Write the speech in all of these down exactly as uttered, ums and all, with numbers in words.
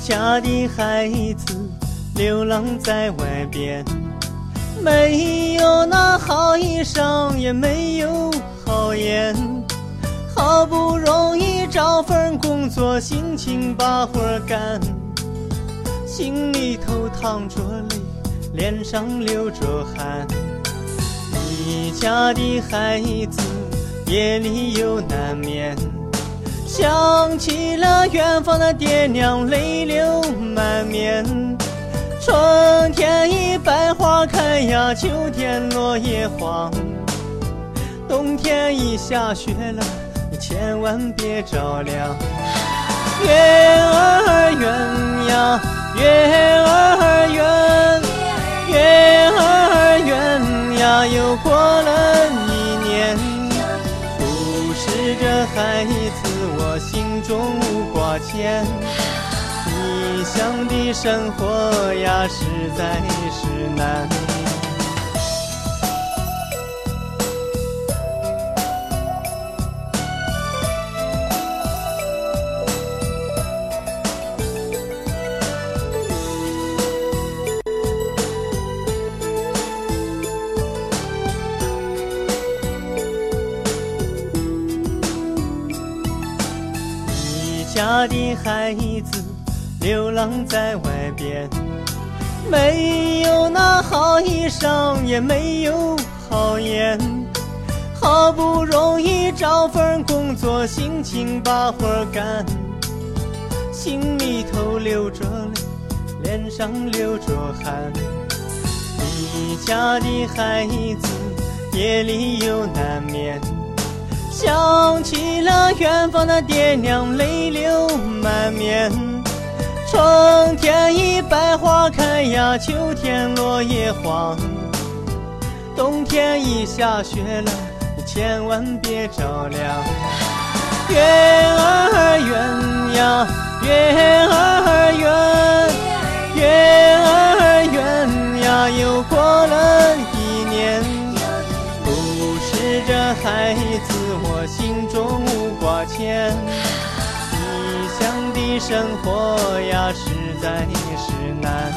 家的孩子流浪在外边，没有那好衣裳，也没有好烟，好不容易找份工作，辛勤把活干，心里头淌着泪，脸上流着汗。你家的孩子夜里又难眠，想起了远方的爹娘，泪流满面。春天已百花开呀，秋天落叶黄，冬天已下雪了，你千万别着凉。月儿圆呀，月儿圆，月儿圆呀，又过了一年。不是这孩子我心中无挂牵，异乡的生活呀实在是难。家的孩子流浪在外边，没有那好衣裳，也没有好烟，好不容易找份工作，辛勤把活干，心里头流着泪，脸上流着汗。你家的孩子夜里又难眠，想起了远方的爹娘，泪流满面。春天已百花开呀，秋天落叶黄，冬天已下雪了，你千万别着凉。月儿圆呀，月儿圆，月儿圆呀，又过了一年。不是这孩子我心中无挂牵，异乡的生活呀实在是难。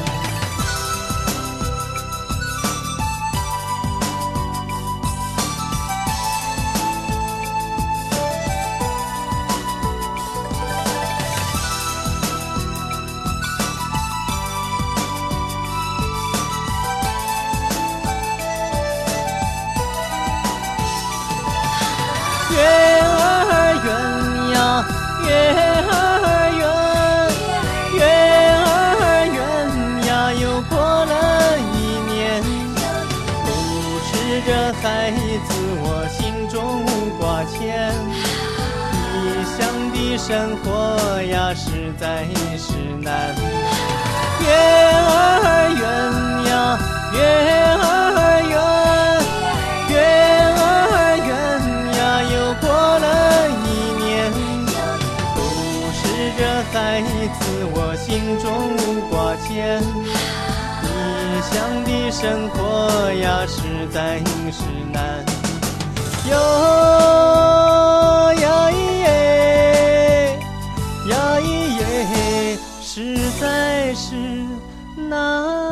月儿圆呀，月儿圆，月儿圆呀，又过了一年。不是这孩子我心中无挂牵，异乡的生活呀实在是难。月儿圆呀，月儿圆，月儿圆呀，又过了一年。不是这孩子我心中无挂牵，异乡的生活呀实在是难。哟呀咿耶，呀咿耶，实在是难。